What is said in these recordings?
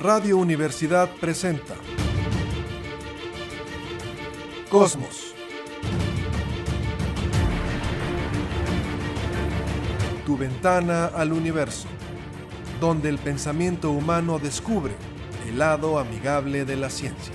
Radio Universidad presenta Cosmos. Tu ventana al universo, donde el pensamiento humano descubre el lado amigable de la ciencia.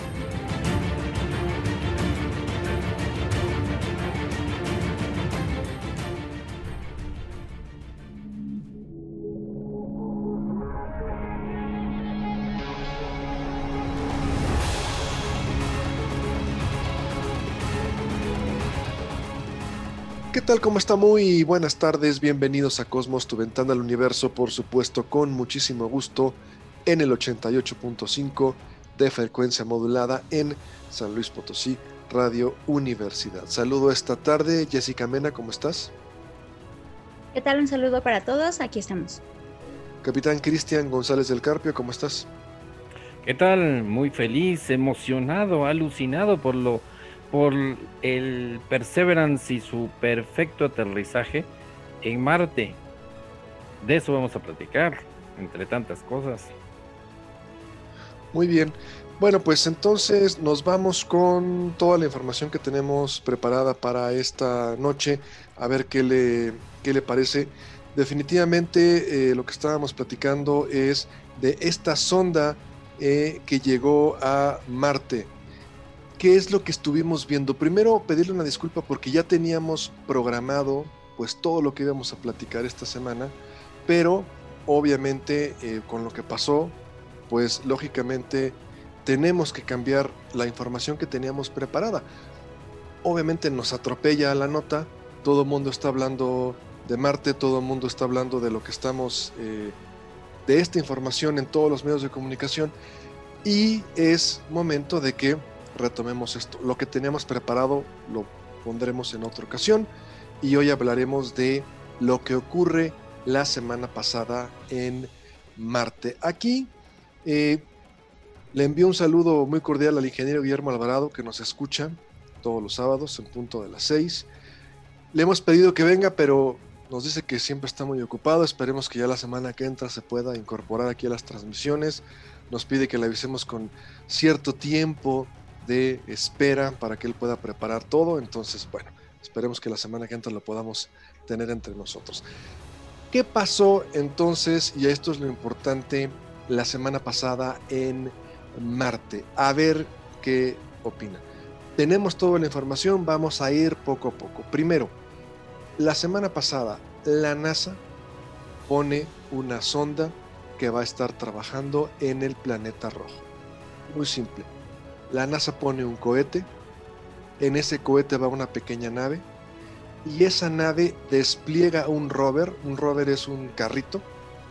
¿Qué tal? ¿Cómo está? Muy buenas tardes, bienvenidos a Cosmos, tu ventana al universo, por supuesto con muchísimo gusto en el 88.5 de frecuencia modulada en San Luis Potosí, Radio Universidad. Saludo esta tarde, Jessica Mena, ¿cómo estás? ¿Qué tal? Un saludo para todos, aquí estamos. Capitán Cristian González del Carpio, ¿cómo estás? ¿Qué tal? Muy feliz, emocionado, alucinado por el Perseverance y su perfecto aterrizaje en Marte. De eso vamos a platicar, entre tantas cosas. Muy bien. Bueno, pues entonces nos vamos con toda la información que tenemos preparada para esta noche, a ver qué le parece. Definitivamente lo que estábamos platicando es de esta sonda que llegó a Marte. ¿Qué es lo que estuvimos viendo? Primero, pedirle una disculpa porque ya teníamos programado pues todo lo que íbamos a platicar esta semana, pero obviamente con lo que pasó, pues lógicamente tenemos que cambiar la información que teníamos preparada. Obviamente nos atropella la nota, todo el mundo está hablando de Marte, todo el mundo está hablando de lo que estamos, de esta información en todos los medios de comunicación, y es momento de que retomemos esto. Lo que teníamos preparado lo pondremos en otra ocasión y hoy hablaremos de lo que ocurre la semana pasada en Marte. Aquí le envío un saludo muy cordial al ingeniero Guillermo Alvarado, que nos escucha todos los sábados en punto de las 6. Le hemos pedido que venga, pero nos dice que siempre está muy ocupado. Esperemos que ya la semana que entra se pueda incorporar aquí a las transmisiones. Nos pide que le avisemos con cierto tiempo de espera para que él pueda preparar todo. Entonces, bueno, esperemos que la semana que entra lo podamos tener entre nosotros. ¿Qué pasó entonces? Y esto es lo importante, la semana pasada en Marte. A ver qué opina. Tenemos toda la información, vamos a ir poco a poco. Primero, la semana pasada la NASA pone una sonda que va a estar trabajando en el planeta rojo. Muy simple. La NASA pone un cohete, en ese cohete va una pequeña nave y esa nave despliega un rover es un carrito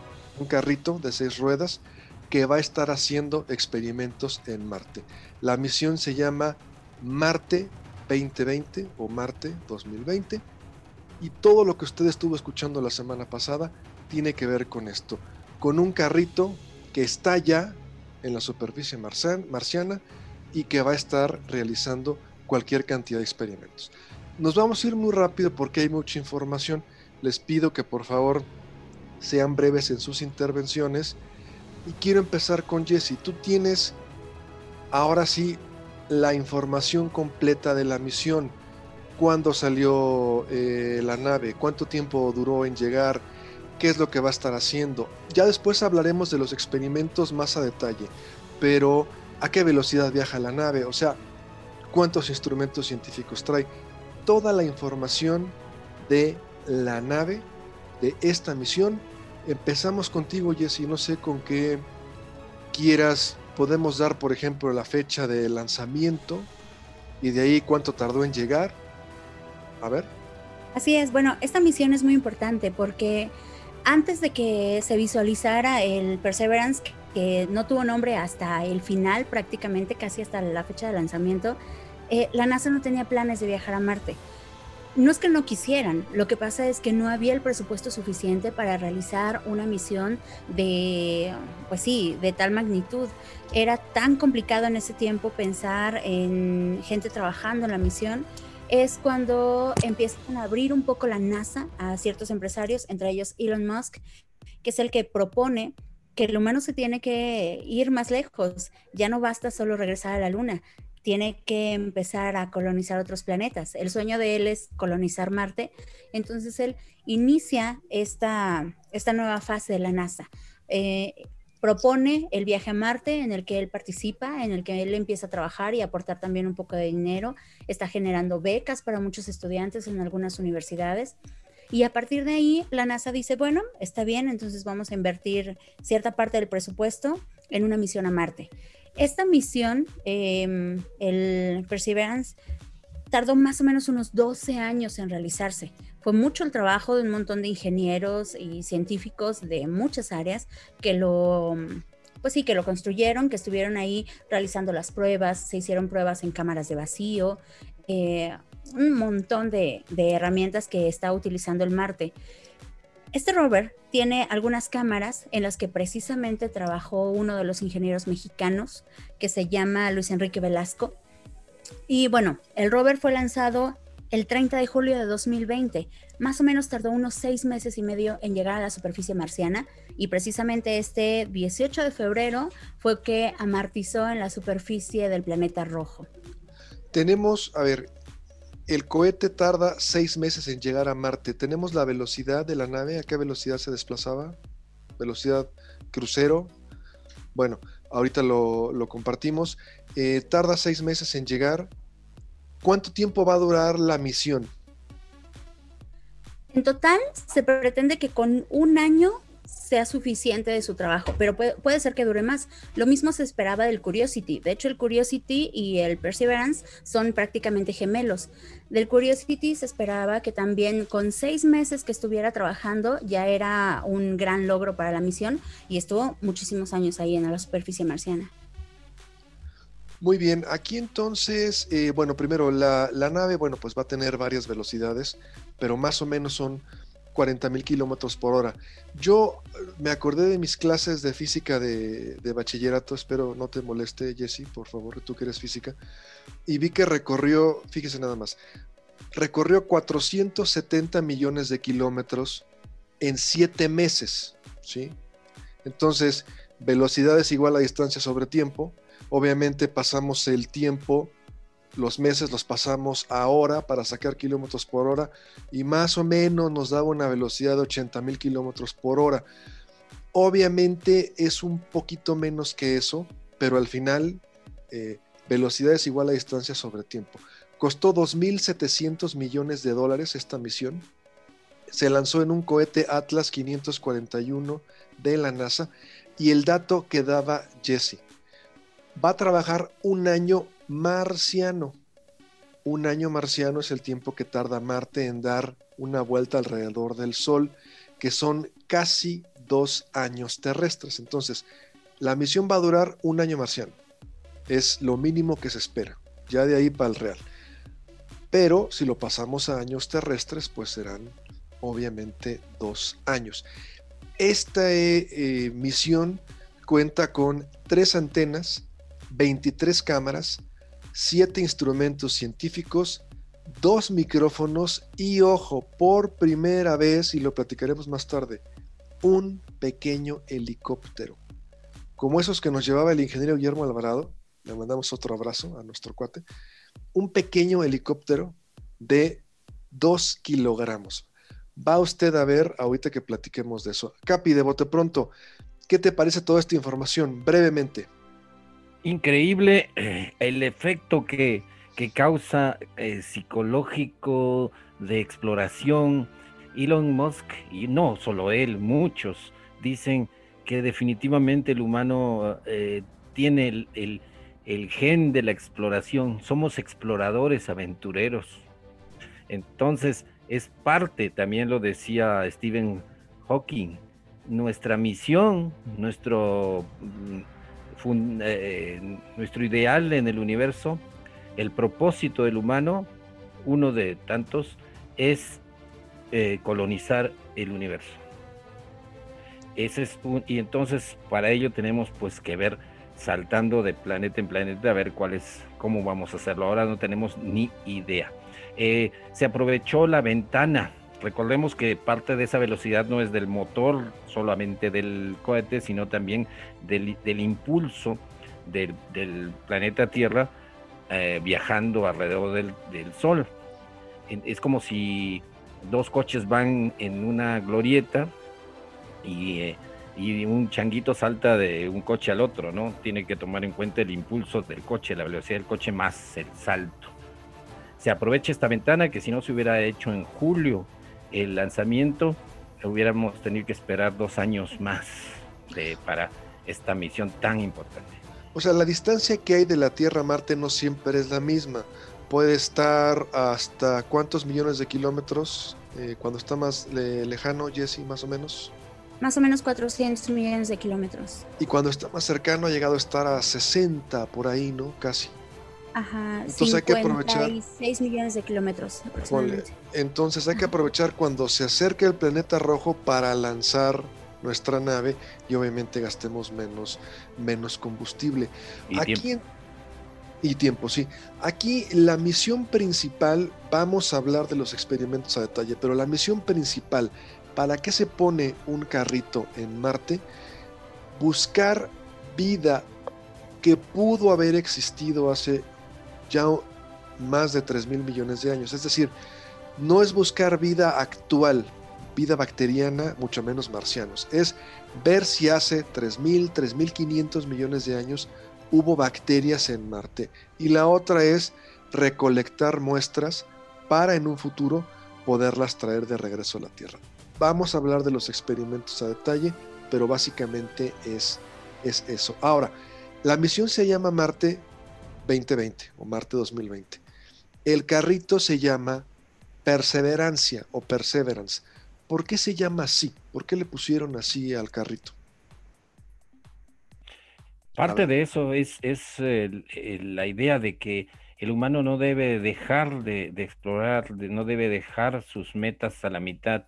de 6 ruedas que va a estar haciendo experimentos en Marte. La misión se llama Marte 2020 o Marte 2020 y todo lo que usted estuvo escuchando la semana pasada tiene que ver con esto, con un carrito que está ya en la superficie marciana y que va a estar realizando cualquier cantidad de experimentos. Nos vamos a ir muy rápido porque hay mucha información. Les pido que por favor sean breves en sus intervenciones y quiero empezar con Jessy. Tú tienes ahora sí la información completa de la misión. ¿Cuándo salió la nave? ¿Cuánto tiempo duró en llegar? ¿Qué es lo que va a estar haciendo? Ya después hablaremos de los experimentos más a detalle, pero ¿a qué velocidad viaja la nave? O sea, ¿cuántos instrumentos científicos trae? Toda la información de la nave, de esta misión. Empezamos contigo, Jessy, no sé con qué quieras. Podemos dar, por ejemplo, la fecha de lanzamiento y de ahí cuánto tardó en llegar. A ver. Así es, bueno, esta misión es muy importante porque antes de que se visualizara el Perseverance, que no tuvo nombre hasta el final, prácticamente casi hasta la fecha de lanzamiento, la NASA no tenía planes de viajar a Marte. No es que no quisieran, lo que pasa es que no había el presupuesto suficiente para realizar una misión de tal magnitud. Era tan complicado en ese tiempo pensar en gente trabajando en la misión. Es cuando empiezan a abrir un poco la NASA a ciertos empresarios, entre ellos Elon Musk, que es el que propone que el humano se tiene que ir más lejos. Ya no basta solo regresar a la Luna, tiene que empezar a colonizar otros planetas. El sueño de él es colonizar Marte, entonces él inicia esta nueva fase de la NASA. Propone el viaje a Marte en el que él participa, en el que él empieza a trabajar y aportar también un poco de dinero, está generando becas para muchos estudiantes en algunas universidades. Y a partir de ahí, la NASA dice, bueno, está bien, entonces vamos a invertir cierta parte del presupuesto en una misión a Marte. Esta misión, el Perseverance, tardó más o menos unos 12 años en realizarse. Fue mucho el trabajo de un montón de ingenieros y científicos de muchas áreas que lo construyeron, que estuvieron ahí realizando las pruebas, se hicieron pruebas en cámaras de vacío, un montón de herramientas que está utilizando el Marte. Este rover tiene algunas cámaras en las que precisamente trabajó uno de los ingenieros mexicanos que se llama Luis Enrique Velasco. Y bueno, el rover fue lanzado el 30 de julio de 2020. Más o menos tardó unos 6 meses y medio en llegar a la superficie marciana y precisamente este 18 de febrero fue que amartizó en la superficie del planeta rojo. Tenemos, a ver, el cohete tarda 6 meses en llegar a Marte. ¿Tenemos la velocidad de la nave? ¿A qué velocidad se desplazaba? ¿Velocidad crucero? Bueno, ahorita lo compartimos. Tarda 6 meses en llegar. ¿Cuánto tiempo va a durar la misión? En total, se pretende que con un año sea suficiente de su trabajo, pero puede ser que dure más. Lo mismo se esperaba del Curiosity. De hecho, el Curiosity y el Perseverance son prácticamente gemelos. Del Curiosity se esperaba que también con 6 meses que estuviera trabajando ya era un gran logro para la misión y estuvo muchísimos años ahí en la superficie marciana. Muy bien, aquí entonces, bueno, primero la nave, bueno, pues va a tener varias velocidades, pero más o menos son 40,000 kilómetros por hora. Yo me acordé de mis clases de física de bachillerato, espero no te moleste, Jessy, por favor, tú que eres física, y vi que recorrió, fíjese nada más, recorrió 470 millones de kilómetros en 7 meses, ¿sí? Entonces, velocidad es igual a distancia sobre tiempo. Obviamente pasamos el tiempo, los meses los pasamos a hora para sacar kilómetros por hora y más o menos nos daba una velocidad de 80,000 kilómetros por hora. Obviamente es un poquito menos que eso, pero al final velocidad es igual a distancia sobre tiempo. Costó $2,700 millones esta misión. Se lanzó en un cohete Atlas 541 de la NASA y el dato que daba Jesse: va a trabajar un año marciano. Un año marciano es el tiempo que tarda Marte en dar una vuelta alrededor del Sol, que son casi 2 años terrestres. Entonces, la misión va a durar un año marciano. Es lo mínimo que se espera. Ya de ahí para el real. Pero si lo pasamos a años terrestres, pues serán obviamente 2 años. Esta misión cuenta con 3 antenas, 23 cámaras, 7 instrumentos científicos, 2 micrófonos y, ojo, por primera vez, y lo platicaremos más tarde, un pequeño helicóptero, como esos que nos llevaba el ingeniero Guillermo Alvarado. Le mandamos otro abrazo a nuestro cuate. Un pequeño helicóptero de 2 kilogramos. Va usted a ver ahorita que platiquemos de eso. Capi, de bote pronto, ¿qué te parece toda esta información? Brevemente. Increíble el efecto que causa psicológico de exploración. Elon Musk, y no solo él, muchos dicen que definitivamente el humano tiene el gen de la exploración. Somos exploradores, aventureros. Entonces es parte, también lo decía Stephen Hawking, nuestra misión, nuestro ideal en el universo, el propósito del humano, uno de tantos, es colonizar el universo. Y entonces para ello tenemos pues que ver, saltando de planeta en planeta, a ver cómo vamos a hacerlo. Ahora no tenemos ni idea. Se aprovechó la ventana recordemos que parte de esa velocidad no es del motor solamente del cohete, sino también del impulso del planeta Tierra viajando alrededor del Sol. Es como si dos coches van en una glorieta y un changuito salta de un coche al otro, ¿no? Tiene que tomar en cuenta el impulso del coche, la velocidad del coche más el salto. Se aprovecha esta ventana que si no se hubiera hecho en julio el lanzamiento, hubiéramos tenido que esperar 2 años más para esta misión tan importante. O sea, la distancia que hay de la Tierra a Marte no siempre es la misma. Puede estar hasta ¿cuántos millones de kilómetros? Cuando está más lejano, Jessy, más o menos. Más o menos 400 millones de kilómetros. Y cuando está más cercano ha llegado a estar a 60, por ahí, ¿no? Casi. Ajá, entonces hay que aprovechar 56 millones de kilómetros aproximadamente. Entonces hay que aprovechar cuando se acerque el planeta rojo para lanzar nuestra nave y obviamente gastemos menos combustible. Y tiempo, sí. Aquí la misión principal, vamos a hablar de los experimentos a detalle, pero la misión principal, ¿para qué se pone un carrito en Marte? Buscar vida que pudo haber existido hace ya más de 3.000 millones de años. Es decir, no es buscar vida actual, vida bacteriana, mucho menos marcianos. Es ver si hace 3.000, 3.500 millones de años hubo bacterias en Marte. Y la otra es recolectar muestras para en un futuro poderlas traer de regreso a la Tierra. Vamos a hablar de los experimentos a detalle, pero básicamente es eso. Ahora, la misión se llama Marte 2020 o Marte 2020. El carrito se llama Perseverancia o Perseverance. ¿Por qué se llama así? ¿Por qué le pusieron así al carrito? Parte de eso es la idea de que el humano no debe dejar de explorar, no debe dejar sus metas a la mitad.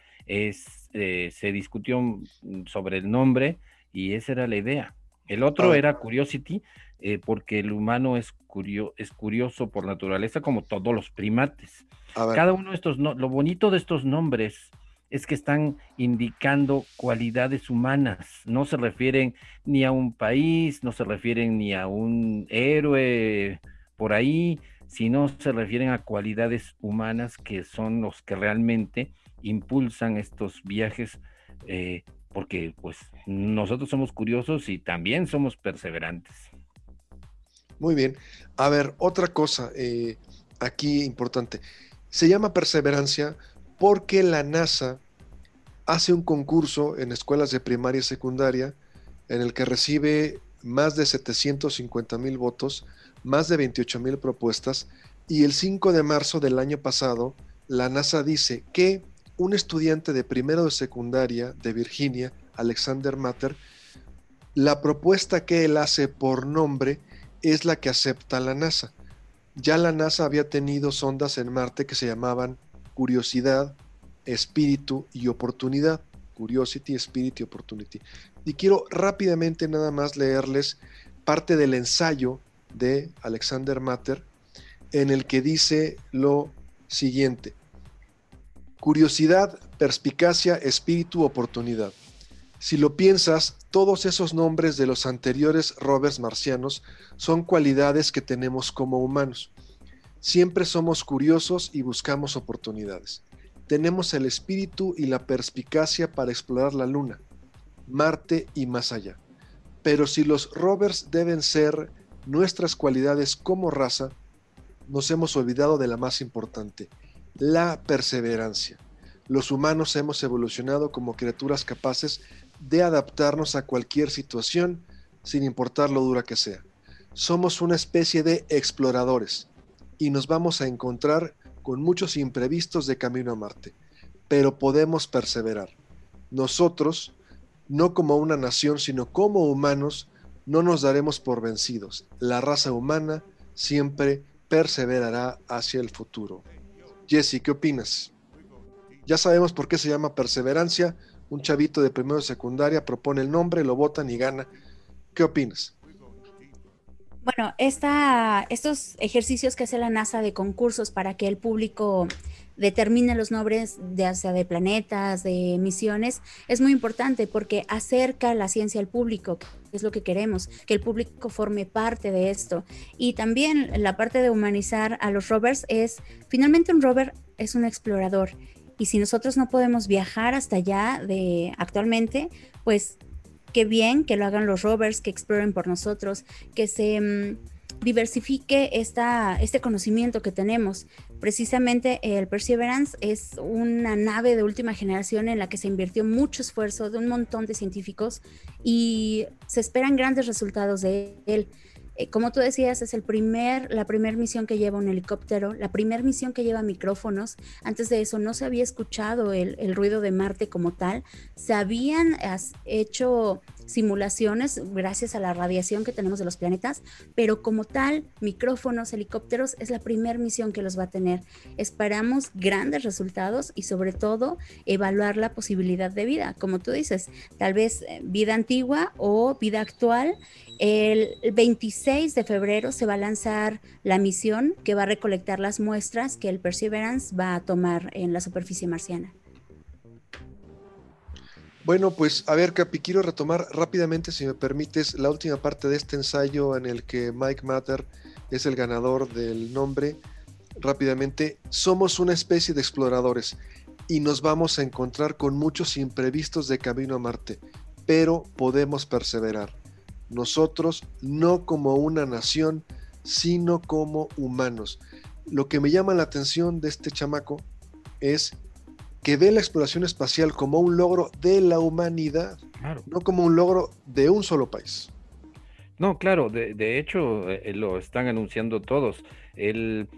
Se discutió sobre el nombre y esa era la idea. El otro era Curiosity, porque el humano es curioso por naturaleza, como todos los primates. Cada uno de estos, lo bonito de estos nombres es que están indicando cualidades humanas, no se refieren ni a un país, no se refieren ni a un héroe por ahí, sino se refieren a cualidades humanas que son los que realmente impulsan estos viajes, porque pues nosotros somos curiosos y también somos perseverantes. Muy bien. A ver, otra cosa aquí importante. Se llama Perseverancia porque la NASA hace un concurso en escuelas de primaria y secundaria en el que recibe más de 750,000 votos, más de 28,000 propuestas, y el 5 de marzo del año pasado, la NASA dice que un estudiante de primero de secundaria de Virginia, Alexander Matter, la propuesta que él hace por nombre es la que acepta la NASA. Ya la NASA había tenido sondas en Marte que se llamaban Curiosidad, Espíritu y Oportunidad. Curiosity, Spirit y Opportunity. Y quiero rápidamente nada más leerles parte del ensayo de Alexander Matter en el que dice lo siguiente: curiosidad, perspicacia, espíritu, oportunidad. Si lo piensas, todos esos nombres de los anteriores rovers marcianos son cualidades que tenemos como humanos. Siempre somos curiosos y buscamos oportunidades. Tenemos el espíritu y la perspicacia para explorar la Luna, Marte y más allá. Pero si los rovers deben ser nuestras cualidades como raza, nos hemos olvidado de la más importante, la perseverancia. Los humanos hemos evolucionado como criaturas capaces de adaptarnos a cualquier situación, sin importar lo dura que sea. Somos una especie de exploradores y nos vamos a encontrar con muchos imprevistos de camino a Marte, pero podemos perseverar. Nosotros, no como una nación, sino como humanos, no nos daremos por vencidos. La raza humana siempre perseverará hacia el futuro. Jessy, ¿qué opinas? Ya sabemos por qué se llama perseverancia. Un chavito de primero de secundaria propone el nombre, lo votan y gana. ¿Qué opinas? Bueno, estos ejercicios que hace la NASA de concursos para que el público determine los nombres de planetas, de misiones, es muy importante porque acerca la ciencia al público, que es lo que queremos, que el público forme parte de esto. Y también la parte de humanizar a los rovers es, finalmente un rover es un explorador, y si nosotros no podemos viajar hasta allá actualmente, pues qué bien que lo hagan los rovers, que exploren por nosotros, que se diversifique este conocimiento que tenemos. Precisamente el Perseverance es una nave de última generación en la que se invirtió mucho esfuerzo de un montón de científicos y se esperan grandes resultados de él. Como tú decías, es la primera misión que lleva un helicóptero, la primera misión que lleva micrófonos. Antes de eso no se había escuchado el ruido de Marte como tal. Se habían hecho simulaciones gracias a la radiación que tenemos de los planetas, pero como tal, micrófonos, helicópteros, es la primera misión que los va a tener. Esperamos grandes resultados y sobre todo evaluar la posibilidad de vida, como tú dices, tal vez vida antigua o vida actual. El 26 de febrero se va a lanzar la misión que va a recolectar las muestras que el Perseverance va a tomar en la superficie marciana. Bueno, pues a ver, Capi, quiero retomar rápidamente, si me permites, la última parte de este ensayo en el que Mike Mather es el ganador del nombre. Rápidamente, somos una especie de exploradores y nos vamos a encontrar con muchos imprevistos de camino a Marte, pero podemos perseverar. Nosotros no como una nación, sino como humanos. Lo que me llama la atención de este chamaco es que ve la exploración espacial como un logro de la humanidad, claro, no como un logro de un solo país. No, claro, de hecho lo están anunciando todos. El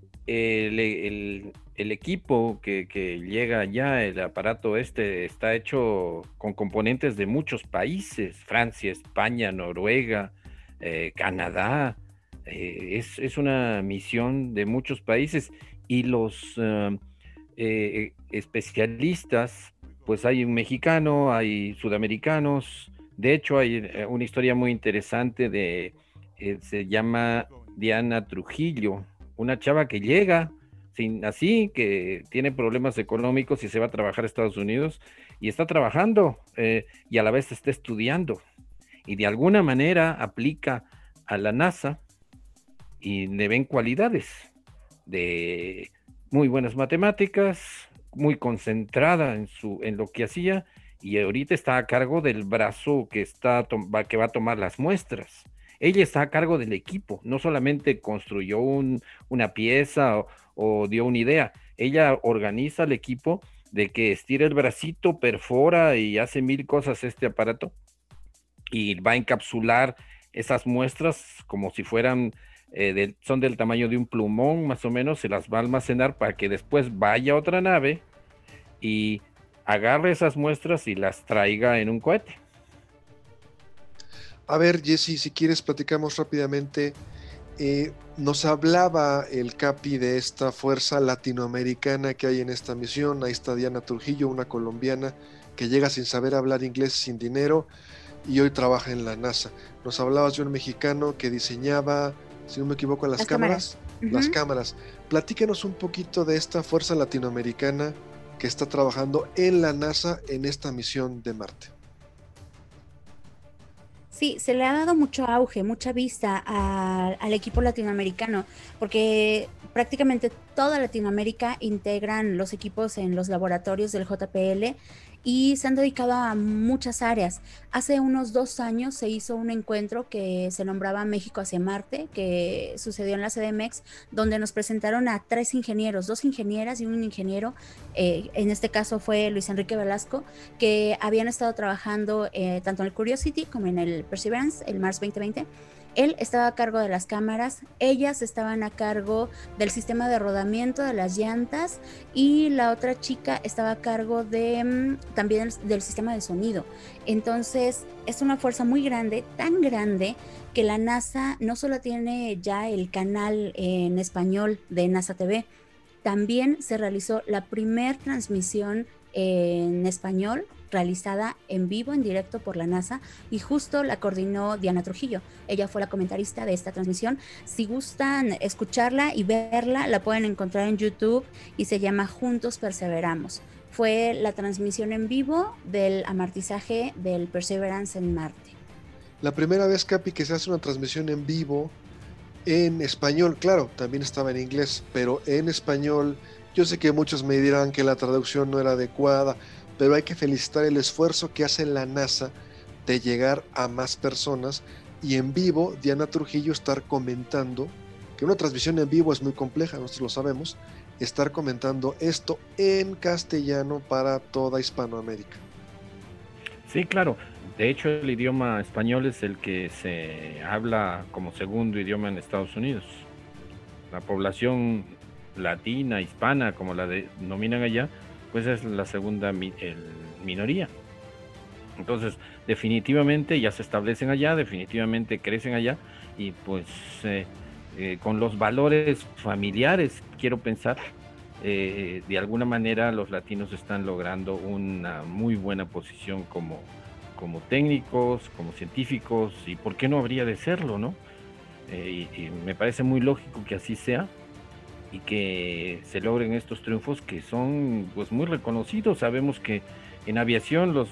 equipo que llega allá, el aparato está hecho con componentes de muchos países: Francia, España, Noruega, Canadá. Es una misión de muchos países y los especialistas, pues hay un mexicano, hay sudamericanos. De hecho, hay una historia muy interesante se llama Diana Trujillo, una chava que llega que tiene problemas económicos y se va a trabajar a Estados Unidos y está trabajando y a la vez está estudiando y de alguna manera aplica a la NASA y le ven cualidades de muy buenas matemáticas, muy concentrada en lo que hacía, y ahorita está a cargo del brazo que va a tomar las muestras. Ella está a cargo del equipo, no solamente construyó una pieza o dio una idea, ella organiza el equipo de que estira el bracito, perfora y hace 1000 cosas este aparato, y va a encapsular esas muestras como si fueran son del tamaño de un plumón más o menos, se las va a almacenar para que después vaya a otra nave y agarre esas muestras y las traiga en un cohete. A ver, Jesse, si quieres platicamos rápidamente. Nos hablaba el Capi de esta fuerza latinoamericana que hay en esta misión. Ahí está Diana Trujillo, una colombiana que llega sin saber hablar inglés, sin dinero, y hoy trabaja en la NASA. Nos hablabas de un mexicano que diseñaba, si no me equivoco, las cámaras. Las cámaras. Platícanos un poquito de esta fuerza latinoamericana que está trabajando en la NASA en esta misión de Marte. Sí, se le ha dado mucho auge, mucha vista al equipo latinoamericano, porque prácticamente toda Latinoamérica integran los equipos en los laboratorios del JPL y se han dedicado a muchas áreas. Hace unos 2 años se hizo un encuentro que se nombraba México hacia Marte, que sucedió en la CDMX, donde nos presentaron a 3 ingenieros, 2 ingenieras y un ingeniero, en este caso fue Luis Enrique Velasco, que habían estado trabajando tanto en el Curiosity como en el Perseverance, el Mars 2020. Él estaba a cargo de las cámaras, ellas estaban a cargo del sistema de rodamiento de las llantas y la otra chica estaba a cargo también del sistema de sonido. Entonces es una fuerza muy grande, tan grande que la NASA no solo tiene ya el canal en español de NASA TV, también se realizó la primer transmisión en español realizada en vivo, en directo por la NASA, y justo la coordinó Diana Trujillo. Ella fue la comentarista de esta transmisión. Si gustan escucharla y verla, la pueden encontrar en YouTube y se llama Juntos Perseveramos. Fue la transmisión en vivo del amartizaje del Perseverance en Marte. La primera vez, Capi, que se hace una transmisión en vivo en español, claro, también estaba en inglés, pero en español. Yo sé que muchos me dirán que la traducción no era adecuada, pero hay que felicitar el esfuerzo que hace la NASA de llegar a más personas, y en vivo Diana Trujillo estar comentando, que una transmisión en vivo es muy compleja, nosotros lo sabemos, estar comentando esto en castellano para toda Hispanoamérica. Sí, claro. De hecho, el idioma español es el que se habla como segundo idioma en Estados Unidos. La población latina, hispana, como la denominan allá, pues es la segunda minoría. Entonces, definitivamente ya se establecen allá, definitivamente crecen allá, y pues con los valores familiares, quiero pensar, de alguna manera los latinos están logrando una muy buena posición como técnicos, como científicos, y por qué no habría de serlo, ¿no? Y me parece muy lógico que así sea, y que se logren estos triunfos que son pues muy reconocidos. Sabemos que en aviación los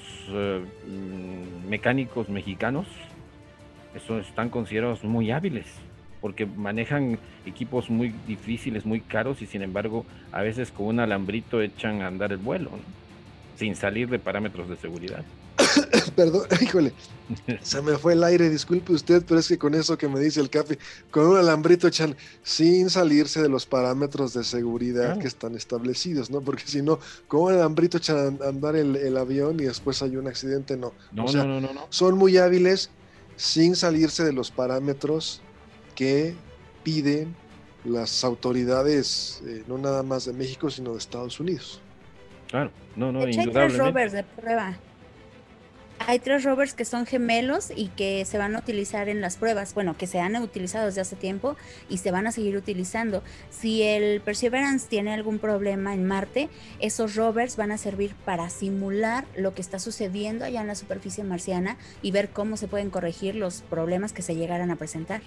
mecánicos mexicanos están considerados muy hábiles, porque manejan equipos muy difíciles, muy caros, y sin embargo a veces con un alambrito echan a andar el vuelo, ¿no? Sin salir de parámetros de seguridad. Perdón, híjole, se me fue el aire, disculpe usted, pero es que con eso que me dice el Capi, con un alambrito echan sin salirse de los parámetros de seguridad que están establecidos, ¿no? Porque si no, con un alambrito echan a andar el avión y después hay un accidente, no. No. Son muy hábiles sin salirse de los parámetros que piden las autoridades, no nada más de México, sino de Estados Unidos. Claro, no, de hecho, indudablemente. hay 3 rovers de prueba. Hay 3 rovers que son gemelos y que se van a utilizar en las pruebas, bueno, que se han utilizado desde hace tiempo y se van a seguir utilizando. Si el Perseverance tiene algún problema en Marte, esos rovers van a servir para simular lo que está sucediendo allá en la superficie marciana y ver cómo se pueden corregir los problemas que se llegaran a presentar.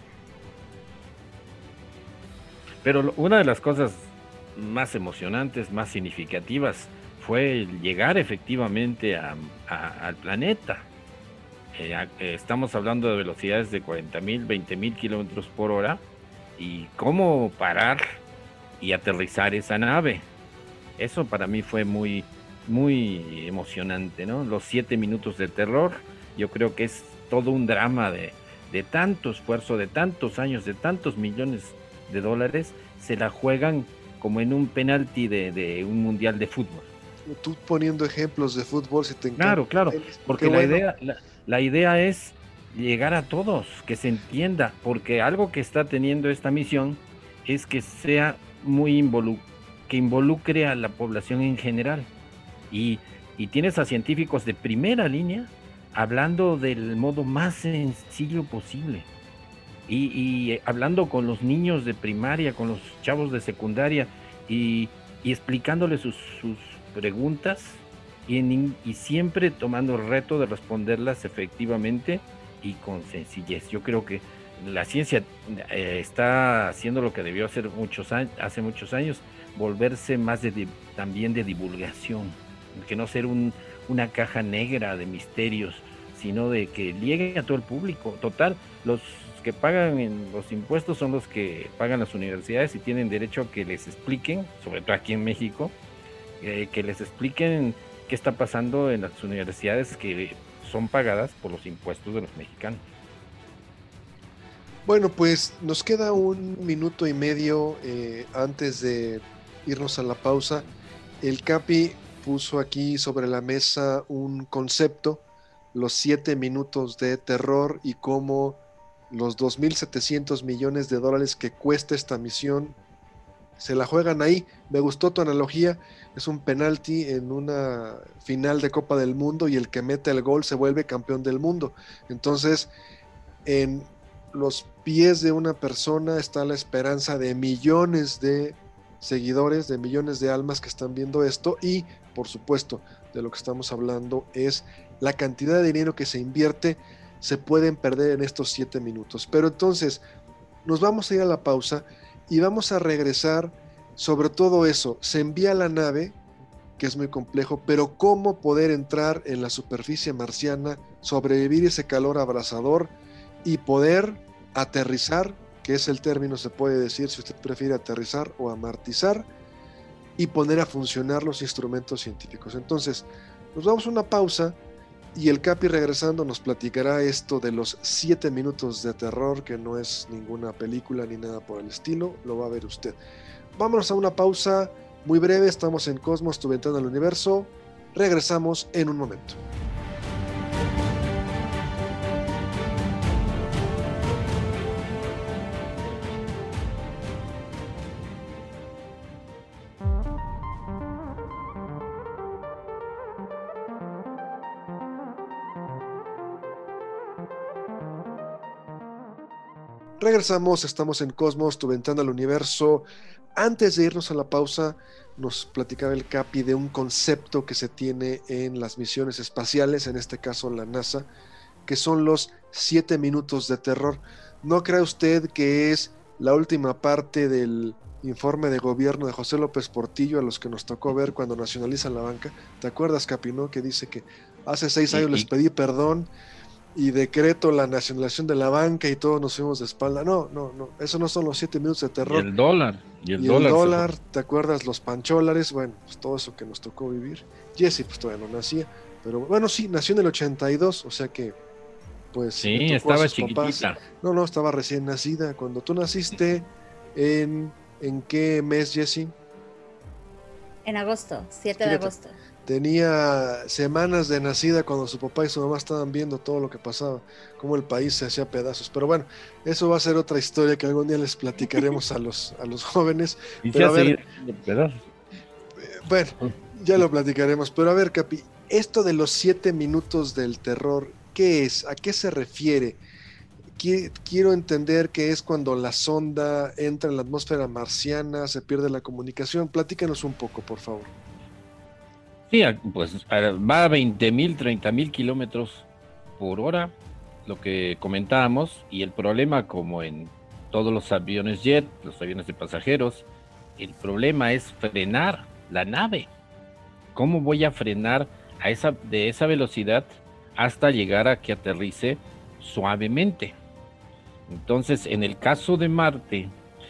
Pero una de las cosas más emocionantes, más significativas, fue llegar efectivamente al planeta. Estamos hablando de velocidades de 40,000, 20,000 kilómetros por hora, y cómo parar y aterrizar esa nave. Eso para mí fue muy, muy emocionante, ¿no? Los 7 minutos de terror, yo creo que es todo un drama de tanto esfuerzo, de tantos años, de tantos millones de dólares, se la juegan como en un penalti de un mundial de fútbol. Tú poniendo ejemplos de fútbol, si te encanta. Claro, porque la idea es llegar a todos, que se entienda, porque algo que está teniendo esta misión es que sea que involucre a la población en general, y tienes a científicos de primera línea hablando del modo más sencillo posible, y hablando con los niños de primaria, con los chavos de secundaria, y explicándoles sus preguntas, y siempre tomando el reto de responderlas efectivamente y con sencillez. Yo creo que la ciencia está haciendo lo que debió hacer hace muchos años, volverse más también de divulgación, que no ser una caja negra de misterios, sino de que llegue a todo el público. Total, los que pagan los impuestos son los que pagan las universidades y tienen derecho a que les expliquen, sobre todo aquí en México, que les expliquen qué está pasando en las universidades que son pagadas por los impuestos de los mexicanos. Bueno, pues nos queda 1 minuto y medio antes de irnos a la pausa. El Capi puso aquí sobre la mesa un concepto, los 7 minutos de terror, y cómo los 2.700 millones de dólares que cuesta esta misión se la juegan ahí. Me gustó tu analogía, es un penalti en una final de Copa del Mundo y el que mete el gol se vuelve campeón del mundo. Entonces, en los pies de una persona está la esperanza de millones de seguidores, de millones de almas que están viendo esto, y por supuesto de lo que estamos hablando es la cantidad de dinero que se invierte, se pueden perder en estos 7 minutos. Pero entonces nos vamos a ir a la pausa y vamos a regresar sobre todo eso. Se envía la nave, que es muy complejo, pero cómo poder entrar en la superficie marciana, sobrevivir ese calor abrasador y poder aterrizar, que es el término, se puede decir, si usted prefiere aterrizar o amartizar, y poner a funcionar los instrumentos científicos. Entonces, nos vamos a una pausa y el Capi regresando nos platicará esto de los 7 minutos de terror, que no es ninguna película ni nada por el estilo, lo va a ver usted. Vámonos a una pausa muy breve, estamos en Cosmos, tu ventana al universo, regresamos en un momento. Regresamos, estamos en Cosmos, tu ventana al universo. Antes de irnos a la pausa, nos platicaba el Capi de un concepto que se tiene en las misiones espaciales, en este caso la NASA, que son los 7 minutos de terror. ¿No cree usted que es la última parte del informe de gobierno de José López Portillo, a los que nos tocó ver cuando nacionalizan la banca? ¿Te acuerdas, Capi, no? Que dice que hace 6 años les pedí perdón y decreto la nacionalización de la banca y todos nos fuimos de espalda. No, eso no son los 7 minutos de terror. Y el dólar. Y el dólar, ¿te acuerdas? Los pancholares, bueno, pues todo eso que nos tocó vivir. Jesse pues todavía no nacía, pero bueno, sí, nació en el 82, o sea que pues... Sí, estaba chiquitita. No, estaba recién nacida. Cuando tú naciste, ¿en qué mes, Jesse? En agosto, 7 de agosto. Tenía semanas de nacida cuando su papá y su mamá estaban viendo todo lo que pasaba, cómo el país se hacía pedazos. Pero bueno, eso va a ser otra historia que algún día les platicaremos a los jóvenes. Y pero a ver, bueno, ya lo platicaremos. Pero a ver, Capi, esto de los 7 minutos del terror, ¿qué es? ¿A qué se refiere? Quiero entender que es cuando la sonda entra en la atmósfera marciana, se pierde la comunicación. Platícanos un poco, por favor. Sí, pues va a 20,000, 30,000 kilómetros por hora, lo que comentábamos, y el problema, como en todos los aviones jet, los aviones de pasajeros, el problema es frenar la nave. ¿Cómo voy a frenar de esa velocidad hasta llegar a que aterrice suavemente? Entonces, en el caso de Marte,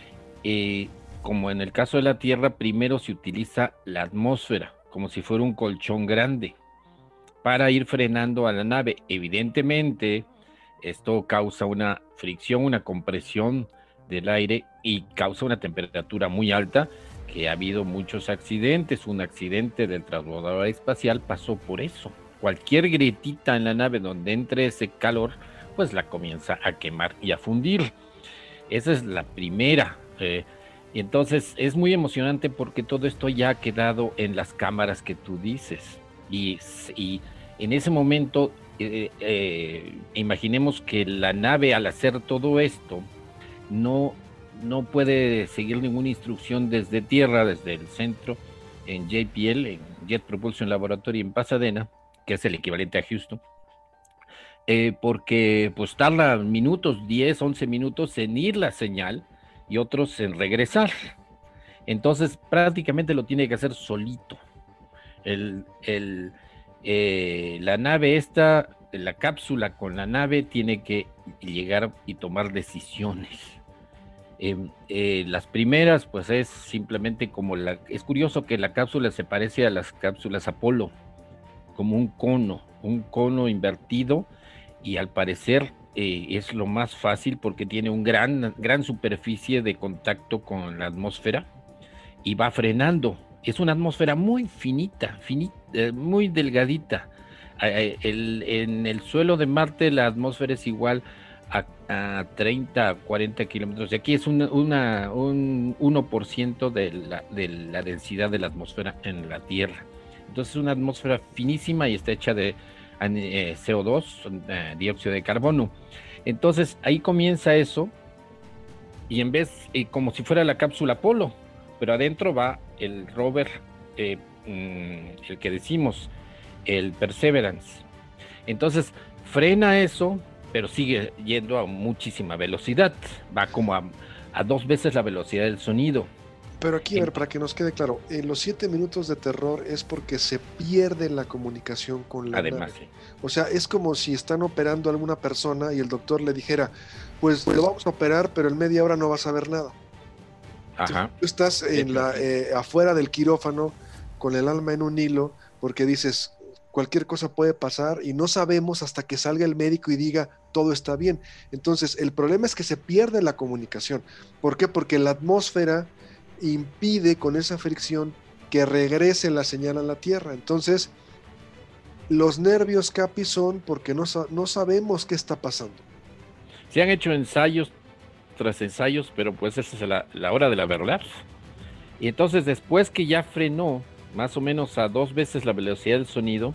como en el caso de la Tierra, primero se utiliza la atmósfera, como si fuera un colchón grande, para ir frenando a la nave. Evidentemente, esto causa una fricción, una compresión del aire y causa una temperatura muy alta, que ha habido muchos accidentes. Un accidente del transbordador espacial pasó por eso. Cualquier grietita en la nave donde entre ese calor, pues la comienza a quemar y a fundir. Esa es la primera. Y entonces es muy emocionante porque todo esto ya ha quedado en las cámaras que tú dices. Y en ese momento, imaginemos que la nave, al hacer todo esto, no puede seguir ninguna instrucción desde tierra, desde el centro, en JPL, en Jet Propulsion Laboratory en Pasadena, que es el equivalente a Houston, porque pues tarda minutos, 10, 11 minutos en ir la señal, y otros en regresar. Entonces prácticamente lo tiene que hacer solito. La nave esta, la cápsula con la nave, tiene que llegar y tomar decisiones. Las primeras, pues es simplemente como es curioso que la cápsula se parece a las cápsulas Apolo, como un cono invertido, y al parecer es lo más fácil porque tiene un gran superficie de contacto con la atmósfera y va frenando. Es una atmósfera muy finita, muy delgadita. En el suelo de Marte la atmósfera es igual a 30, 40 kilómetros. Y aquí es un 1% de la densidad de la atmósfera en la Tierra. Entonces es una atmósfera finísima y está hecha de CO2, dióxido de carbono. Entonces ahí comienza eso, y en vez, como si fuera la cápsula Apolo, pero adentro va el rover, el que decimos, el Perseverance. Entonces frena eso, pero sigue yendo a muchísima velocidad, va como a 2 veces la velocidad del sonido. Pero aquí, a ver, para que nos quede claro, en los 7 minutos de terror es porque se pierde la comunicación con la Además, nave. sí. O sea, es como si están operando a alguna persona y el doctor le dijera, pues lo vamos a operar, pero en media hora no vas a ver nada. Ajá. Tú estás afuera del quirófano con el alma en un hilo porque dices, cualquier cosa puede pasar y no sabemos hasta que salga el médico y diga, todo está bien. Entonces, el problema es que se pierde la comunicación. ¿Por qué? Porque la atmósfera impide con esa fricción que regrese la señal a la Tierra. Entonces, los nervios, Capi, son porque no sabemos qué está pasando. Se han hecho ensayos tras ensayos, pero pues esa es la hora de la verdad. Y entonces después que ya frenó más o menos a 2 veces la velocidad del sonido,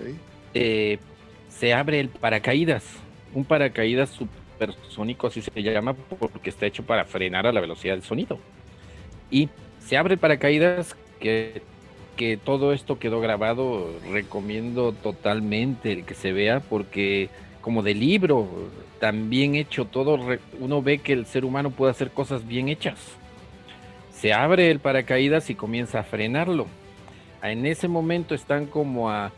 se abre el paracaídas, un paracaídas supersónico, así se llama, porque está hecho para frenar a la velocidad del sonido. Y se abre el paracaídas, que todo esto quedó grabado, recomiendo totalmente el que se vea, porque como de libro, tan bien hecho todo, uno ve que el ser humano puede hacer cosas bien hechas. Se abre el paracaídas y comienza a frenarlo. En ese momento están como a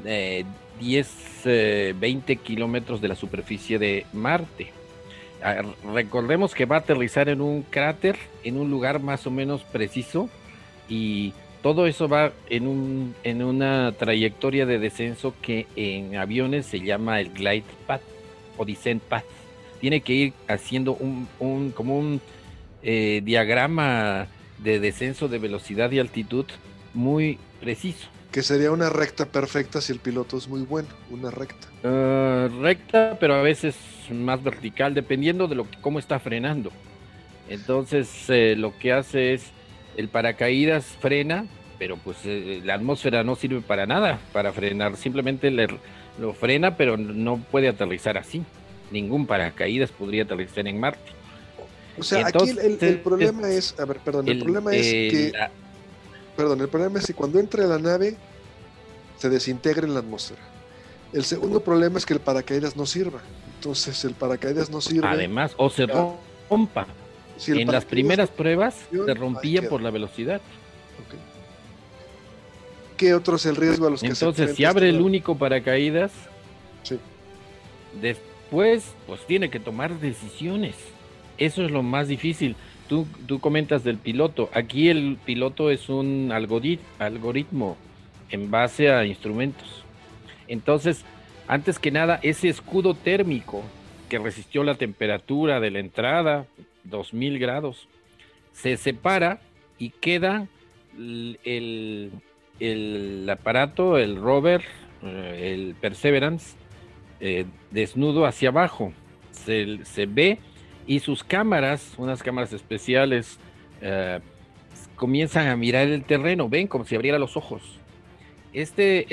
20 kilómetros de la superficie de Marte. Recordemos que va a aterrizar en un cráter, en un lugar más o menos preciso, y todo eso va en una trayectoria de descenso que en aviones se llama el glide path o descent path. Tiene que ir haciendo como un diagrama de descenso de velocidad y altitud muy preciso. Que sería una recta perfecta si el piloto es muy bueno, una recta. Recta, pero a veces más vertical, dependiendo de cómo está frenando. Entonces, lo que hace es, el paracaídas frena, pero pues la atmósfera no sirve para nada para frenar, simplemente lo frena, pero no puede aterrizar así. Ningún paracaídas podría aterrizar en Marte. O sea, entonces, aquí el problema es, a ver, perdón, el problema es que cuando entre la nave se desintegra en la atmósfera. El segundo problema es que el paracaídas no sirva. Entonces el paracaídas no sirve. Además, o se rompa. Si en las primeras pruebas se rompía por la velocidad. Okay. ¿Qué otro es el riesgo a los que se enfrentan? Entonces, si abre el único paracaídas, sí, después pues tiene que tomar decisiones. Eso es lo más difícil. Tú comentas del piloto. Aquí el piloto es un algoritmo en base a instrumentos. Entonces, antes que nada, ese escudo térmico que resistió la temperatura de la entrada, 2000 grados, se separa y queda el aparato, el rover, el Perseverance, desnudo hacia abajo. Se ve, y sus cámaras, unas cámaras especiales, comienzan a mirar el terreno, ven como si abriera los ojos. Este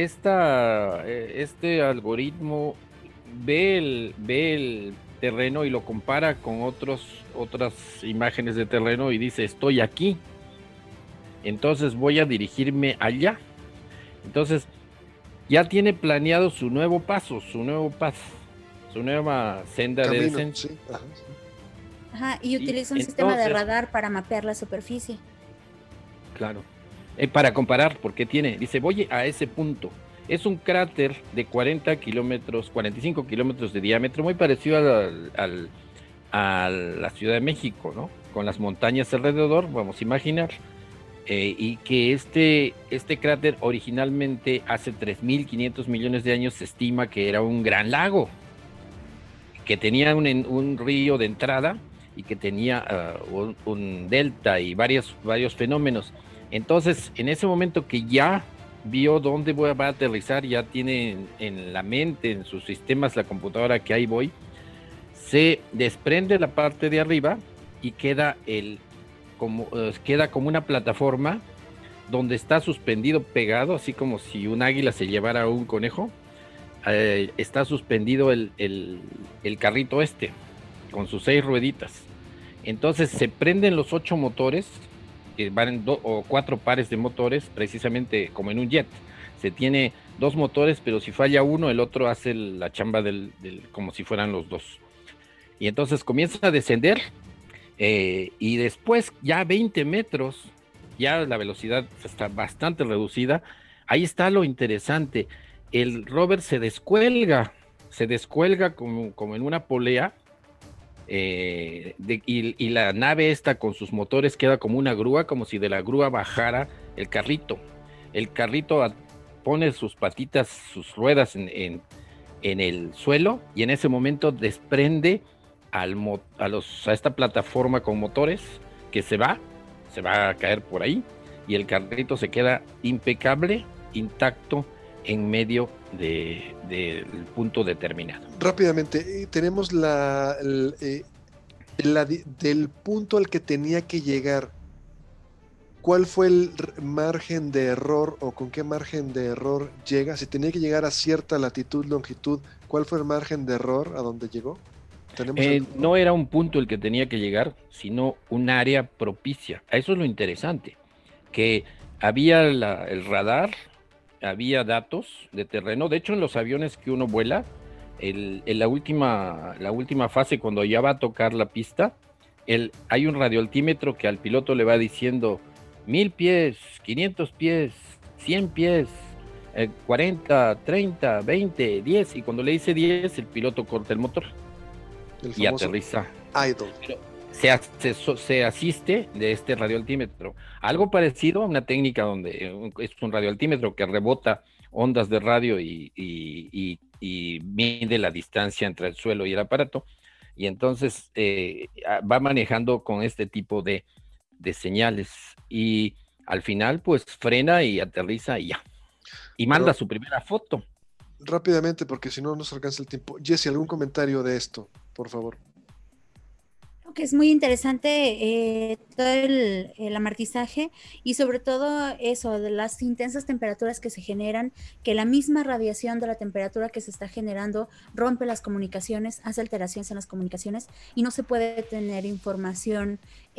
algoritmo ve el terreno y lo compara con otras imágenes de terreno y dice, estoy aquí, entonces voy a dirigirme allá. Entonces ya tiene planeado su nuevo paso, su nueva senda de descenso. Sí. Ajá, y utiliza un sistema de radar para mapear la superficie. Claro. Para comparar, porque dice, voy a ese punto. Es un cráter de 45 kilómetros de diámetro, muy parecido a la Ciudad de México, ¿no? Con las montañas alrededor, vamos a imaginar. Y que este cráter originalmente, hace 3.500 millones de años, se estima que era un gran lago, que tenía un río de entrada y que tenía un delta y varios fenómenos. Entonces, en ese momento que ya vio dónde va a aterrizar, ya tiene en la mente, en sus sistemas, la computadora, que ahí voy, se desprende la parte de arriba y queda como una plataforma donde está suspendido, pegado, así como si un águila se llevara a un conejo. Está suspendido el carrito con sus 6 rueditas. Entonces se prenden los 8 motores, que van en 4 pares de motores, precisamente como en un jet. Se tiene 2 motores, pero si falla uno, el otro hace la chamba como si fueran los dos. Y entonces comienza a descender, y después ya a 20 metros, ya la velocidad está bastante reducida. Ahí está lo interesante. El rover se descuelga como en una polea, y la nave esta con sus motores queda como una grúa, como si de la grúa bajara el carrito. El carrito pone sus patitas, sus ruedas en el suelo, y en ese momento desprende a esta plataforma con motores, que se va a caer por ahí, y el carrito se queda impecable, intacto, en medio del punto determinado. Rápidamente, tenemos del punto al que tenía que llegar. ¿Cuál fue el margen de error o con qué margen de error llega? Si tenía que llegar a cierta latitud, longitud, ¿cuál fue el margen de error a donde llegó? No era un punto el que tenía que llegar, sino un área propicia. Eso es lo interesante, que había el radar, había datos de terreno. De hecho, en los aviones que uno vuela, en la última fase, cuando ya va a tocar la pista, hay un radioaltímetro que al piloto le va diciendo 1000 pies, 500 pies, 100 pies, 40, 30, 20, 10, y cuando le dice 10, el piloto corta el motor y aterriza. Idle. Pero se asiste de este radioaltímetro. Algo parecido a una técnica donde es un radioaltímetro que rebota ondas de radio y mide la distancia entre el suelo y el aparato, y entonces va manejando con este tipo de señales, y al final pues frena y aterriza y ya. Y manda su primera foto. Rápidamente, porque si no nos alcanza el tiempo. Jessy, ¿algún comentario de esto, por favor? Que es muy interesante todo el amortizaje, y sobre todo eso, de las intensas temperaturas que se generan, que la misma radiación de la temperatura que se está generando rompe las comunicaciones, hace alteraciones en las comunicaciones, y no se puede tener información,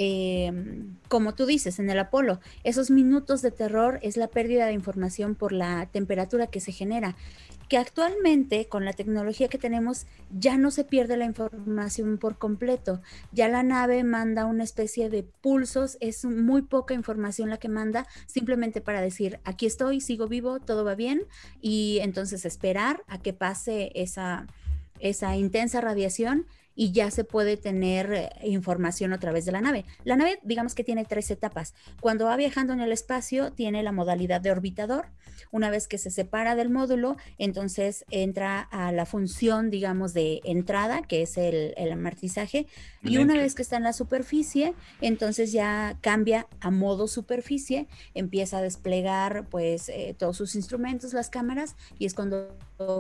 como tú dices, en el Apolo. Esos minutos de terror es la pérdida de información por la temperatura que se genera, que actualmente con la tecnología que tenemos ya no se pierde la información por completo. Ya la nave manda una especie de pulsos, es muy poca información la que manda, simplemente para decir, aquí estoy, sigo vivo, todo va bien, y entonces esperar a que pase esa intensa radiación, y ya se puede tener información a través de la nave. La nave, digamos que tiene 3 etapas. Cuando va viajando en el espacio, tiene la modalidad de orbitador. Una vez que se separa del módulo, entonces entra a la función, digamos, de entrada, que es el amortizaje, y una vez que está en la superficie, entonces ya cambia a modo superficie, empieza a desplegar pues todos sus instrumentos, las cámaras, y es cuando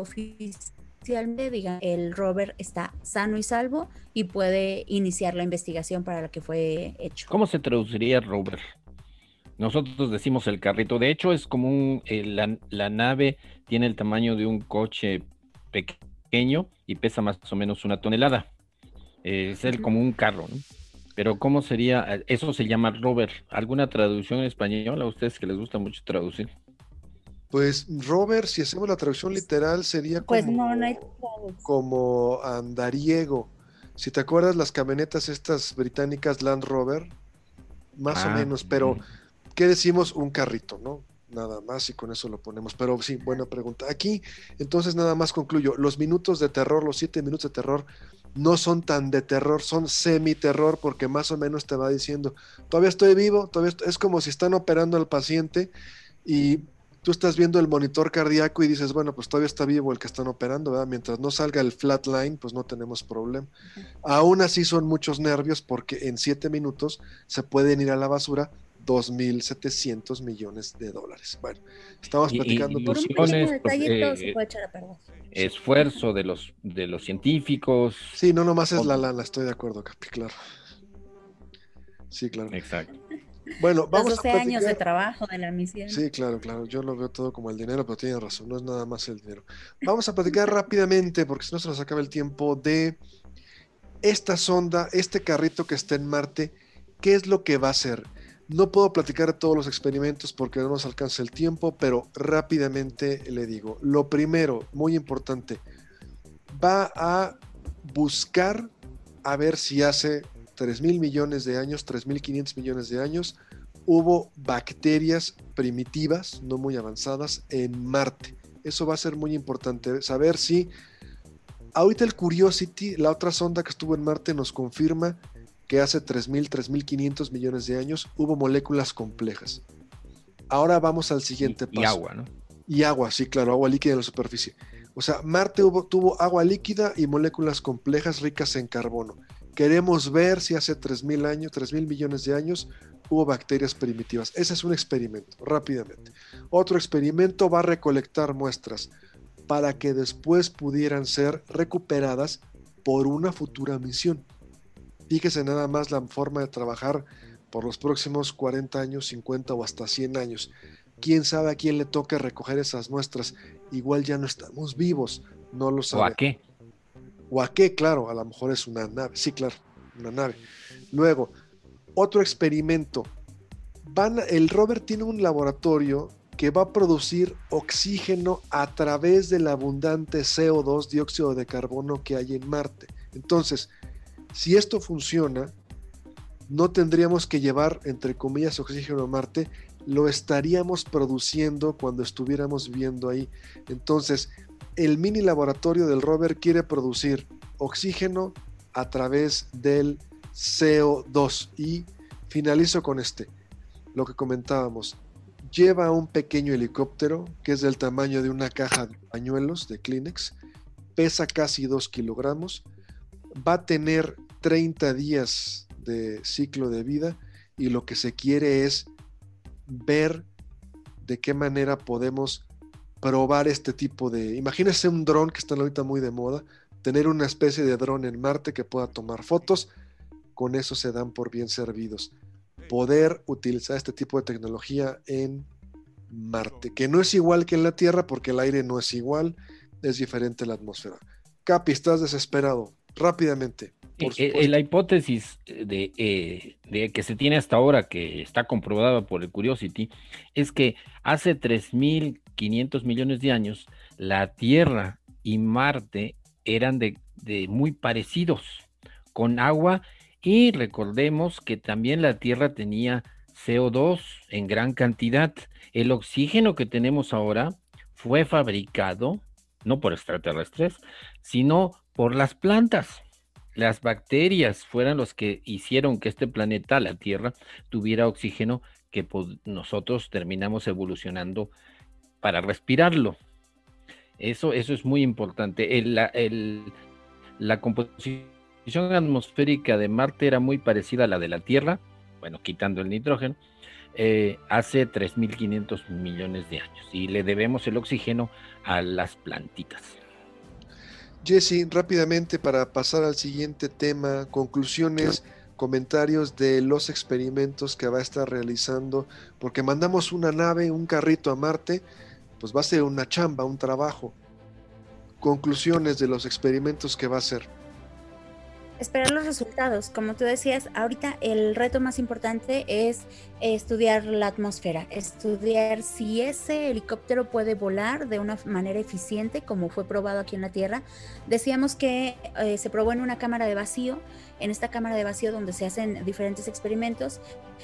diga, el rover está sano y salvo y puede iniciar la investigación para la que fue hecho. ¿Cómo se traduciría rover? Nosotros decimos el carrito. De hecho, es como la nave tiene el tamaño de un coche pequeño y pesa más o menos 1 tonelada. Es como un carro, ¿no? Pero ¿cómo sería? Eso se llama rover. ¿Alguna traducción en español a ustedes que les gusta mucho traducir? Pues rover, si hacemos la traducción literal, sería como, pues no hay como andariego. Si te acuerdas, las camionetas estas británicas Land Rover, más o menos, pero ¿qué decimos? Un carrito, ¿no? Nada más, y con eso lo ponemos. Pero sí, buena pregunta. Aquí, entonces, nada más concluyo. Los minutos de terror, los 7 minutos de terror, no son tan de terror, son semi-terror, porque más o menos te va diciendo, todavía estoy vivo, es como si están operando al paciente y tú estás viendo el monitor cardíaco y dices, bueno, pues todavía está vivo el que están operando, ¿verdad? Mientras no salga el flatline, pues no tenemos problema. Aún así son muchos nervios, porque en 7 minutos se pueden ir a la basura $2,700 millones. Bueno, estamos platicando. Por un pequeño detalle, todo se puede echar a perder. Esfuerzo de los científicos. Sí, no nomás es la lana, estoy de acuerdo, Capi, claro. Sí, claro. Exacto. Bueno, vamos los 12 a platicar. años de trabajo de la misión. Sí, claro, yo lo veo todo como el dinero, pero tienes razón, no es nada más el dinero. Vamos a platicar rápidamente, porque si no se nos acaba el tiempo, de esta sonda, este carrito que está en Marte. ¿Qué es lo que va a hacer? No puedo platicar de todos los experimentos porque no nos alcanza el tiempo, pero rápidamente le digo. Lo primero, muy importante, va a buscar a ver si hace 3.000 millones de años, 3.500 millones de años, hubo bacterias primitivas, no muy avanzadas, en Marte. Eso va a ser muy importante, saber si... Ahorita el Curiosity, la otra sonda que estuvo en Marte, nos confirma que hace 3.000, 3.500 millones de años hubo moléculas complejas. Ahora vamos al siguiente paso. Y agua, ¿no? Y agua, sí, claro, agua líquida en la superficie. O sea, Marte tuvo agua líquida y moléculas complejas ricas en carbono. Queremos ver si hace 3.000 años, 3.000 millones de años, hubo bacterias primitivas. Ese es un experimento, rápidamente. Otro experimento va a recolectar muestras para que después pudieran ser recuperadas por una futura misión. Fíjese nada más la forma de trabajar por los próximos 40 años, 50 o hasta 100 años. ¿Quién sabe a quién le toca recoger esas muestras? Igual ya no estamos vivos, no lo sabe. ¿O a qué? ¿O a qué? Claro, a lo mejor es una nave. Sí, claro, una nave. Luego, otro experimento. El rover tiene un laboratorio que va a producir oxígeno a través del abundante CO2, dióxido de carbono, que hay en Marte. Entonces, si esto funciona, no tendríamos que llevar, entre comillas, oxígeno a Marte, lo estaríamos produciendo cuando estuviéramos viviendo ahí. Entonces, el mini laboratorio del rover quiere producir oxígeno a través del CO2. Y finalizo con lo que comentábamos. Lleva un pequeño helicóptero que es del tamaño de una caja de pañuelos de Kleenex, pesa casi 2 kilogramos, va a tener 30 días de ciclo de vida y lo que se quiere es ver de qué manera podemos probar este tipo de... Imagínense un dron que está ahorita muy de moda, tener una especie de dron en Marte que pueda tomar fotos, con eso se dan por bien servidos. Poder utilizar este tipo de tecnología en Marte, que no es igual que en la Tierra porque el aire no es igual, es diferente la atmósfera. Capi, estás desesperado, rápidamente. La hipótesis de que se tiene hasta ahora, que está comprobada por el Curiosity, es que hace 3.500 millones de años la Tierra y Marte eran de muy parecidos, con agua. Y recordemos que también la Tierra tenía CO2 en gran cantidad. El oxígeno que tenemos ahora fue fabricado, no por extraterrestres, sino por las plantas. Las bacterias fueron los que hicieron que este planeta, la Tierra, tuviera oxígeno que nosotros terminamos evolucionando para respirarlo. Eso es muy importante. La composición atmosférica de Marte era muy parecida a la de la Tierra, bueno, quitando el nitrógeno, hace 3.500 millones de años, y le debemos el oxígeno a las plantitas. Jesse, rápidamente para pasar al siguiente tema, conclusiones, comentarios de los experimentos que va a estar realizando, porque mandamos una nave, un carrito a Marte, pues va a ser una chamba, un trabajo. Conclusiones de los experimentos que va a hacer. Esperar los resultados. Como tú decías, ahorita el reto más importante es estudiar la atmósfera, estudiar si ese helicóptero puede volar de una manera eficiente, como fue probado aquí en la Tierra. Decíamos que se probó en una cámara de vacío, en esta cámara de vacío donde se hacen diferentes experimentos.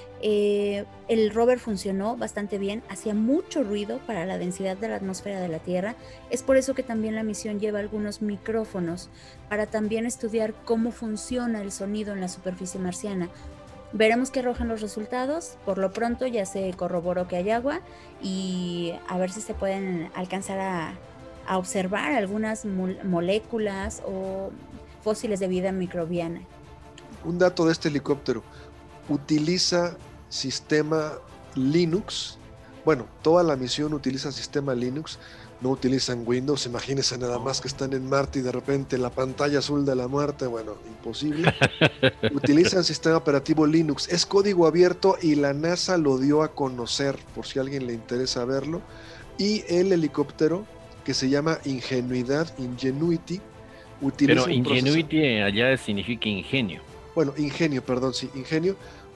El rover funcionó bastante bien, hacía mucho ruido para la densidad de la atmósfera de la Tierra. Es por eso que también la misión lleva algunos micrófonos para también estudiar cómo funciona el sonido en la superficie marciana. Veremos qué arrojan los resultados. Por lo pronto ya se corroboró que hay agua y a ver si se pueden alcanzar a observar algunas moléculas o fósiles de vida microbiana. Un dato de este helicóptero: utiliza sistema Linux. Bueno, toda la misión utiliza sistema Linux, no utilizan Windows. Imagínense nada más que están en Marte y de repente la pantalla azul de la muerte. Bueno, imposible. Utilizan sistema operativo Linux, es código abierto y la NASA lo dio a conocer por si a alguien le interesa verlo. Y el helicóptero, que se llama Ingenuity, utiliza pero Ingenuity allá significa ingenio. Bueno, Ingenio, perdón, sí, Ingenio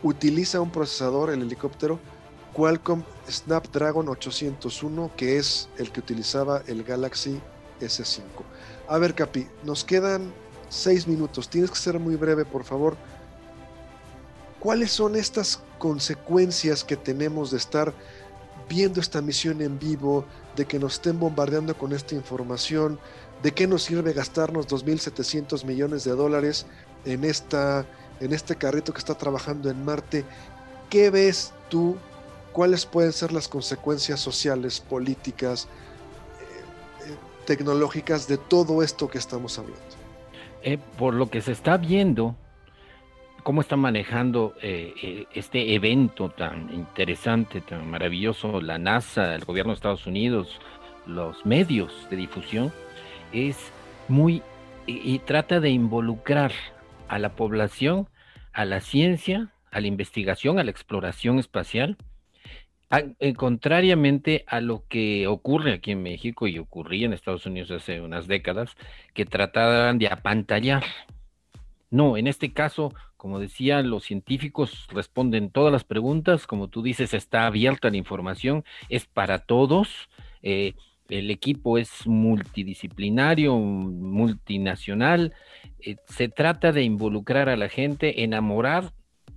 utiliza un procesador, el helicóptero, Qualcomm Snapdragon 801, que es el que utilizaba el Galaxy S5. A ver, Capi, nos quedan 6 minutos. Tienes que ser muy breve, por favor. ¿Cuáles son estas consecuencias que tenemos de estar viendo esta misión en vivo, de que nos estén bombardeando con esta información? ¿De qué nos sirve gastarnos 2.700 millones de dólares en este carrito que está trabajando en Marte? ¿Qué ves tú? ¿Cuáles pueden ser las consecuencias sociales, políticas, tecnológicas de todo esto que estamos hablando? Por lo que se está viendo, cómo está manejando este evento tan interesante, tan maravilloso, la NASA, el gobierno de Estados Unidos, los medios de difusión, es muy, y trata de involucrar a la población, a la ciencia, a la investigación, a la exploración espacial, contrariamente a lo que ocurre aquí en México y ocurría en Estados Unidos hace unas décadas, que trataban de apantallar. No, en este caso, como decía, los científicos responden todas las preguntas, como tú dices, está abierta la información, es para todos, el equipo es multidisciplinario, multinacional, se trata de involucrar a la gente, enamorar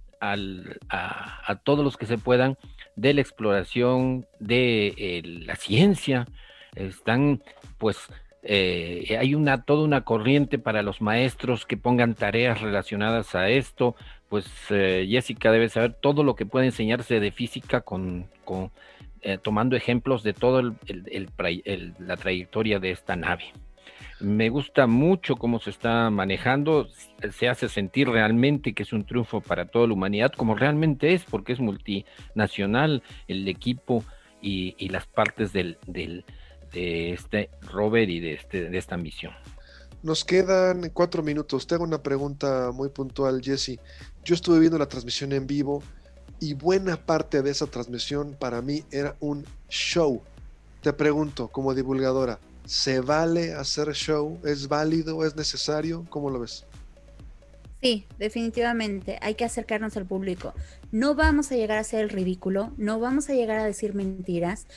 a todos los que se puedan de la exploración, de la ciencia. Están, pues, hay toda una corriente para los maestros que pongan tareas relacionadas a esto. Pues Jessica debe saber todo lo que puede enseñarse de física tomando ejemplos de todo la trayectoria de esta nave. Me gusta mucho cómo se está manejando, se hace sentir realmente que es un triunfo para toda la humanidad, como realmente es, porque es multinacional el equipo y las partes de este rover y de esta misión. Nos quedan 4 minutos. Te hago una pregunta muy puntual, Jesse. Yo estuve viendo la transmisión en vivo y buena parte de esa transmisión para mí era un show. Te pregunto, como divulgadora, ¿se vale hacer show? ¿Es válido? ¿Es necesario? ¿Cómo lo ves? Sí, definitivamente, hay que acercarnos al público. No vamos a llegar a hacer el ridículo, no vamos a llegar a decir mentiras,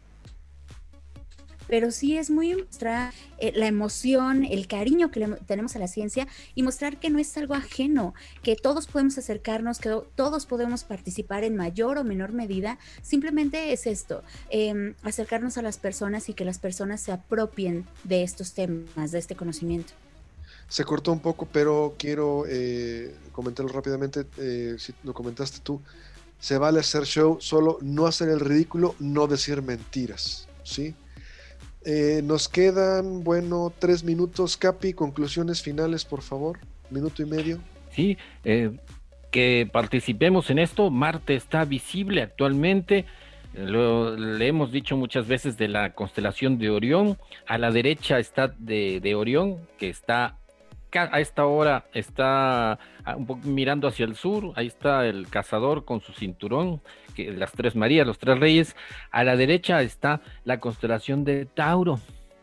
pero sí es muy mostrar la emoción, el cariño que tenemos a la ciencia y mostrar que no es algo ajeno, que todos podemos acercarnos, que todos podemos participar en mayor o menor medida. Simplemente es esto, acercarnos a las personas y que las personas se apropien de estos temas, de este conocimiento. Se cortó un poco, pero quiero comentarlo rápidamente. Si lo comentaste tú, se vale hacer show, solo no hacer el ridículo, no decir mentiras, ¿sí? Nos quedan, 3 minutos. Capi, conclusiones finales, por favor. 1.5 minutos. Sí, que participemos en esto. Marte está visible actualmente. Le hemos dicho muchas veces de la constelación de Orión. A la derecha está de Orión, que está a esta hora, está un poco mirando hacia el sur. Ahí está el cazador con su cinturón, las tres Marías, los tres reyes. A la derecha está la constelación de Tauro.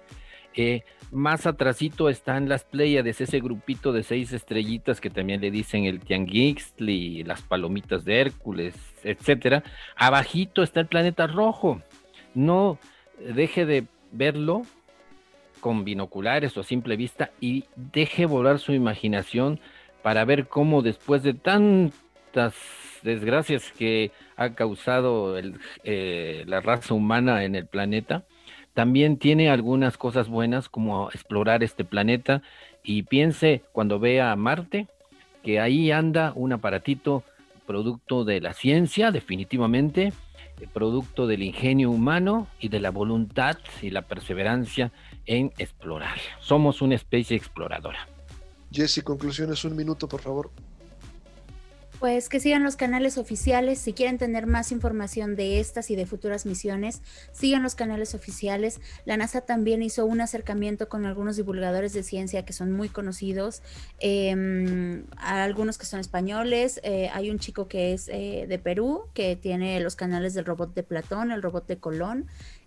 Más atrasito están las Pléyades, ese grupito de 6 estrellitas que también le dicen el Tianguixtli, las palomitas de Hércules, etcétera. Abajito está el planeta rojo. No deje de verlo con binoculares o a simple vista y deje volar su imaginación para ver cómo después de tantas desgracias que ha causado la raza humana en el planeta, también tiene algunas cosas buenas como explorar este planeta, y piense cuando vea a Marte que ahí anda un aparatito producto de la ciencia, definitivamente, producto del ingenio humano y de la voluntad y la perseverancia en explorar. Somos una especie exploradora. Jessy, conclusiones, 1 minuto, por favor. Pues que sigan los canales oficiales. Si quieren tener más información de estas y de futuras misiones, sigan los canales oficiales. La NASA también hizo un acercamiento con algunos divulgadores de ciencia que son muy conocidos, algunos que son españoles. Hay un chico que es de Perú, que tiene los canales del robot de Platón, el robot de Colón.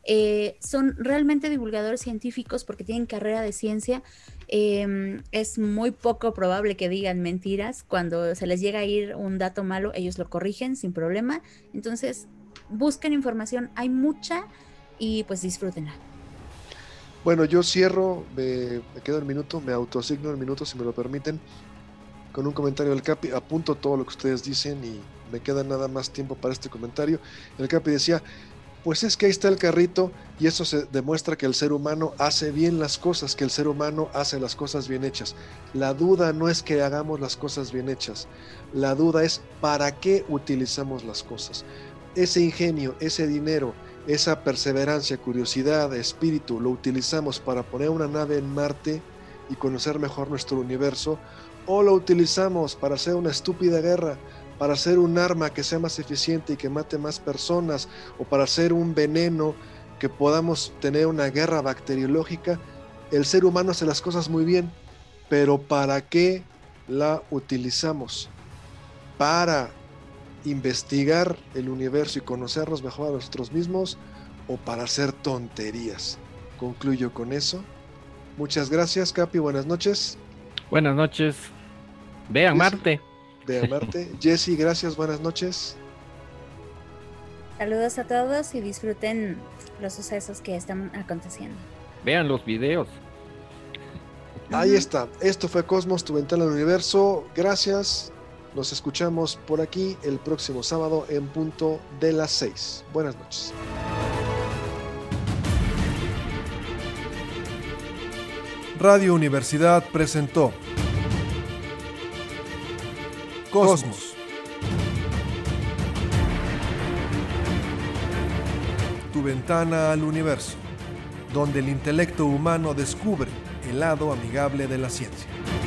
son realmente divulgadores científicos porque tienen carrera de ciencia. Es muy poco probable que digan mentiras. Cuando se les llega a ir un dato malo, ellos lo corrigen sin problema. Entonces, busquen información, hay mucha, y pues disfrútenla. Bueno, yo cierro, me queda un minuto, me autoasigno el minuto si me lo permiten, con un comentario del Capi. Apunto todo lo que ustedes dicen y me queda nada más tiempo para este comentario. El Capi decía, pues es que ahí está el carrito, y eso se demuestra que el ser humano hace bien las cosas, que el ser humano hace las cosas bien hechas. La duda no es que hagamos las cosas bien hechas, la duda es para qué utilizamos las cosas. Ese ingenio, ese dinero, esa perseverancia, curiosidad, espíritu, lo utilizamos para poner una nave en Marte y conocer mejor nuestro universo, o lo utilizamos para hacer una estúpida guerra, para hacer un arma que sea más eficiente y que mate más personas, o para hacer un veneno que podamos tener una guerra bacteriológica. El ser humano hace las cosas muy bien, pero ¿para qué la utilizamos? ¿Para investigar el universo y conocernos mejor a nosotros mismos, o para hacer tonterías? Concluyo con eso. Muchas gracias, Capi, buenas noches. Buenas noches. Vean Marte. Vean Marte. Jessy, gracias, buenas noches. Saludos a todos y disfruten los sucesos que están aconteciendo. Vean los videos. Ahí está. Esto fue Cosmos, tu ventana al universo. Gracias. Nos escuchamos por aquí el próximo sábado en punto de las 6. Buenas noches. Radio Universidad presentó Cosmos, tu ventana al universo, donde el intelecto humano descubre el lado amigable de la ciencia.